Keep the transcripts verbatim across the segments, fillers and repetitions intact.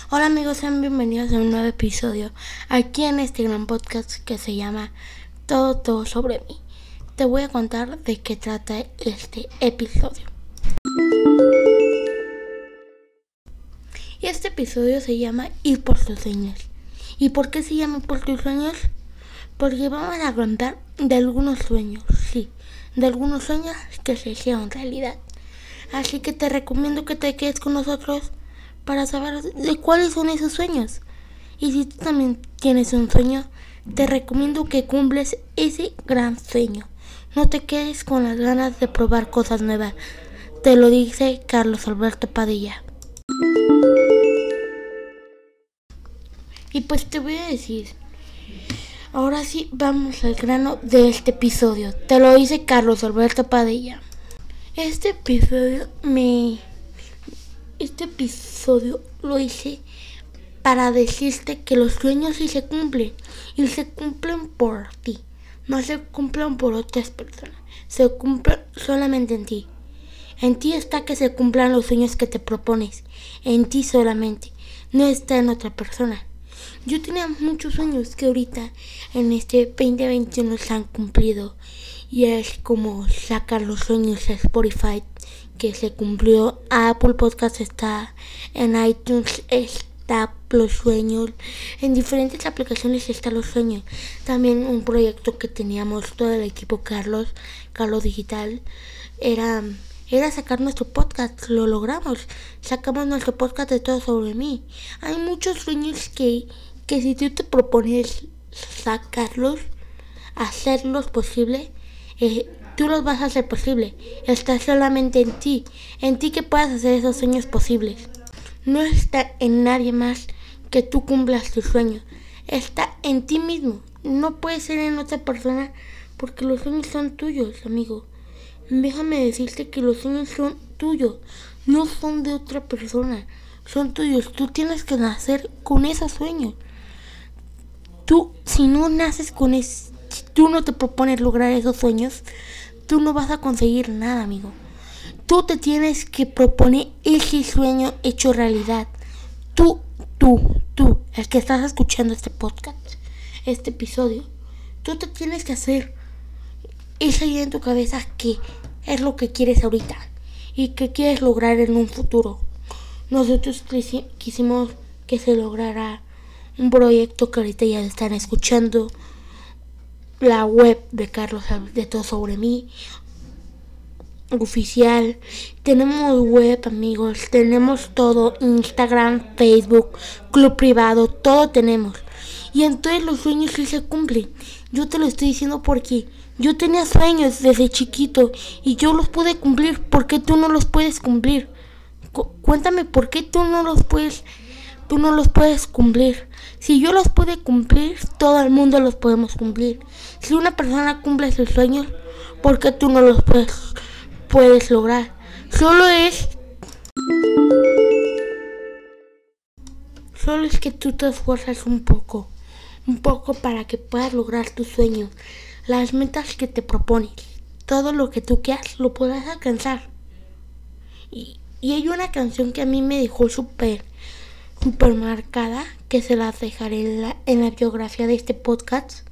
Hola amigos, sean bienvenidos a un nuevo episodio aquí en este gran podcast que se llama Todo, todo sobre mí. Te voy a contar de qué trata este episodio. Y este episodio se llama Ir por tus sueños. ¿Y por qué se llama Ir por tus sueños? Porque vamos a contar de algunos sueños, sí, de algunos sueños que se hicieron realidad. Así que te recomiendo que te quedes con nosotros para saber de cuáles son esos sueños. Y si tú también tienes un sueño, te recomiendo que cumples ese gran sueño. No te quedes con las ganas de probar cosas nuevas. Te lo dice Carlos Alberto Padilla. Y pues te voy a decir, ahora sí vamos al grano de este episodio. Te lo dice Carlos Alberto Padilla. Este episodio me... Este episodio lo hice para decirte que los sueños sí se cumplen. Y se cumplen por ti. No se cumplen por otras personas. Se cumplen solamente en ti. En ti está que se cumplan los sueños que te propones. En ti solamente. No está en otra persona. Yo tenía muchos sueños que ahorita en este veinte veintiuno se han cumplido. Y es como sacar los sueños a Spotify, que se cumplió. Apple Podcast está, en iTunes está los sueños, en diferentes aplicaciones están los sueños. También un proyecto que teníamos todo el equipo Carlos, Carlos Digital, era, era sacar nuestro podcast. Lo logramos, sacamos nuestro podcast de Todo sobre mí. Hay muchos sueños que, que si tú te propones sacarlos, hacerlos posible, eh, tú los vas a hacer posible. Está solamente en ti, en ti que puedas hacer esos sueños posibles. No está en nadie más que tú cumplas tus sueños. Está en ti mismo. No puede ser en otra persona porque los sueños son tuyos, amigo. Déjame decirte que los sueños son tuyos, no son de otra persona. Son tuyos. Tú tienes que nacer con esos sueños. Tú, si no naces con ese, si tú no te propones lograr esos sueños, tú no vas a conseguir nada, amigo. Tú te tienes que proponer ese sueño hecho realidad. Tú, tú, tú, el que estás escuchando este podcast, este episodio, tú te tienes que hacer esa idea en tu cabeza que es lo que quieres ahorita y que quieres lograr en un futuro. Nosotros quisimos que se lograra un proyecto que ahorita ya están escuchando, la web de Carlos de Todo sobre mí oficial. Tenemos web, amigos, tenemos todo, Instagram, Facebook, club privado, todo tenemos. Y entonces los sueños sí se cumplen. Yo te lo estoy diciendo porque yo tenía sueños desde chiquito y yo los pude cumplir. ¿Por qué tú no los puedes cumplir? Cu- cuéntame por qué tú no los puedes Tú no los puedes cumplir. Si yo los pude cumplir, todo el mundo los podemos cumplir. Si una persona cumple sus sueños, ¿por qué tú no los puedes, puedes lograr? Solo es... Solo es que tú te esfuerzas un poco. Un poco para que puedas lograr tus sueños. Las metas que te propones. Todo lo que tú quieras lo podrás alcanzar. Y, y hay una canción que a mí me dejó súper... super marcada, que se las dejaré en la, en la biografía de este podcast,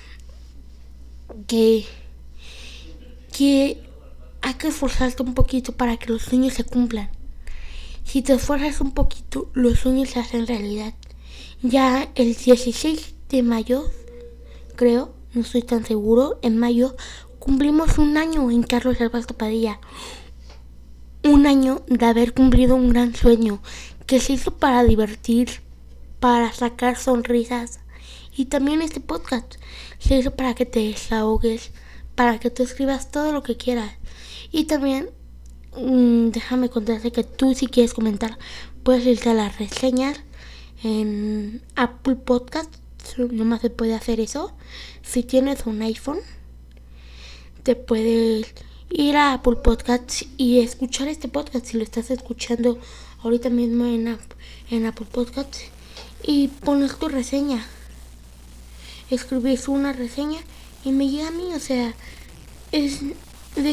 que, que hay que esforzarte un poquito para que los sueños se cumplan. Si te esfuerzas un poquito, los sueños se hacen realidad. Ya el dieciséis de mayo, creo, no estoy tan seguro, en mayo cumplimos un año en Carlos Alberto Padilla. Un año de haber cumplido un gran sueño que se hizo para divertir, para sacar sonrisas. Y también este podcast se hizo para que te desahogues, para que tú escribas todo lo que quieras. Y también mmm, déjame contarte que tú, si quieres comentar, puedes irte a las reseñas en Apple Podcast. Nomás se puede hacer eso. Si tienes un iPhone, te puedes ir a Apple Podcasts y escuchar este podcast si lo estás escuchando ahorita mismo en, App, en Apple Podcasts, y pones tu reseña, escribes una reseña y me llega a mí. O sea, es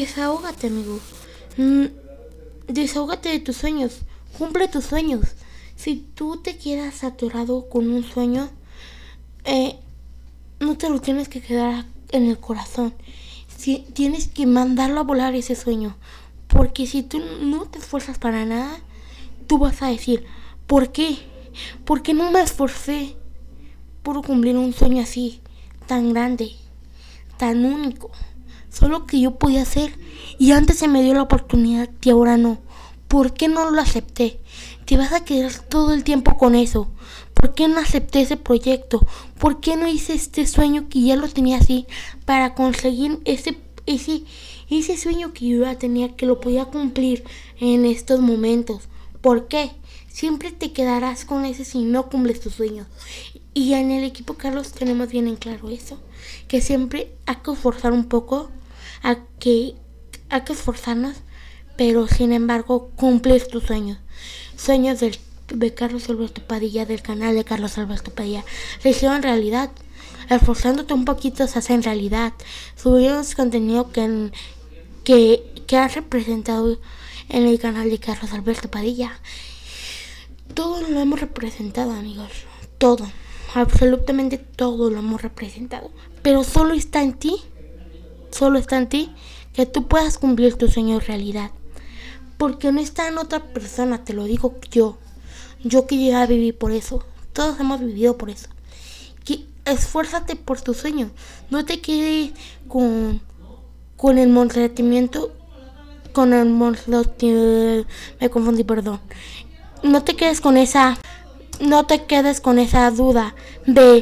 desahógate, amigo. Mm, desahógate de tus sueños, cumple tus sueños. Si tú te quedas saturado con un sueño, eh, no te lo tienes que quedar en el corazón. Si, tienes que mandarlo a volar ese sueño. Porque si tú no te esfuerzas para nada, tú vas a decir, ¿por qué? ¿Por qué no me esforcé por cumplir un sueño así, tan grande, tan único? Solo que yo podía hacer y antes se me dio la oportunidad y ahora no. ¿Por qué no lo acepté? Te vas a quedar todo el tiempo con eso. ¿Por qué no acepté ese proyecto? ¿Por qué no hice este sueño que ya lo tenía así para conseguir ese, ese, ese sueño que yo ya tenía, que lo podía cumplir en estos momentos? ¿Por qué? Siempre te quedarás con ese si no cumples tus sueños. Y en el equipo Carlos tenemos bien en claro eso, que siempre hay que esforzar un poco, hay que, hay que esforzarnos, pero sin embargo cumplir tus sueños. Sueños del, de Carlos Alberto Padilla, del canal de Carlos Alberto Padilla, se hicieron realidad. Esforzándote un poquito se hacen realidad. Subimos contenido que, que, que has representado en el canal de Carlos Alberto Padilla. Todo lo hemos representado, amigos. Todo. Absolutamente todo lo hemos representado. Pero solo está en ti. Solo está en ti que tú puedas cumplir tu sueño realidad. Porque no está en otra persona, te lo digo yo. Yo que ya viví por eso. Todos hemos vivido por eso. Que esfuérzate por tu sueño. No te quedes con, con el montamiento. Con el montamiento. Me confundí, perdón. No te quedes con esa. No te quedes con esa duda de.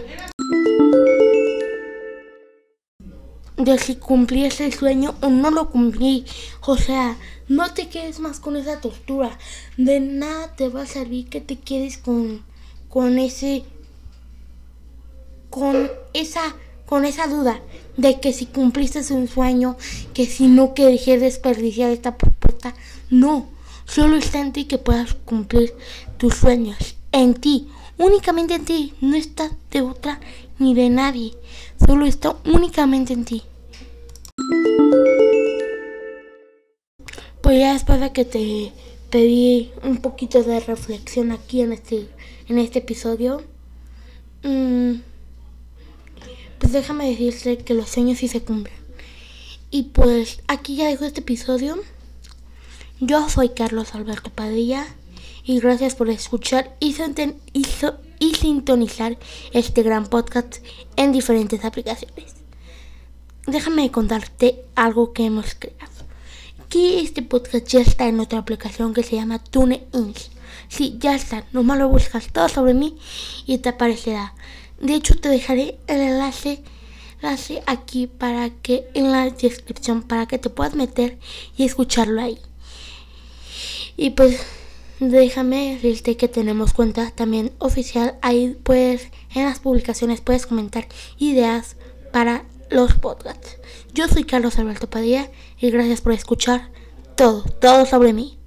de si cumplí ese sueño o no lo cumplí. O sea, no te quedes más con esa tortura. De nada te va a servir que te quedes con con ese con esa con esa duda de que si cumpliste un sueño, que si no, que dejé desperdiciar esta propuesta. No, solo está en ti que puedas cumplir tus sueños. En ti, únicamente en ti. No está de otra ni de nadie. Solo está únicamente en ti. Pues ya después de que te pedí un poquito de reflexión aquí en este, en este episodio, mmm, pues déjame decirte que los sueños sí se cumplen. Y pues aquí ya dejo este episodio. Yo soy Carlos Alberto Padilla y gracias por escuchar y, senten, y, so, y sintonizar este gran podcast en diferentes aplicaciones. Déjame contarte algo que hemos creado. Que este podcast ya está en otra aplicación que se llama TuneIn. Sí, ya está. Nomás lo buscas todo sobre mí y te aparecerá. De hecho, te dejaré el enlace, enlace aquí para que en la descripción para que te puedas meter y escucharlo ahí. Y pues déjame decirte que tenemos cuenta también oficial. Ahí puedes, en las publicaciones puedes comentar ideas para los podcasts. Yo soy Carlos Alberto Padilla y gracias por escuchar todo, todo sobre mí.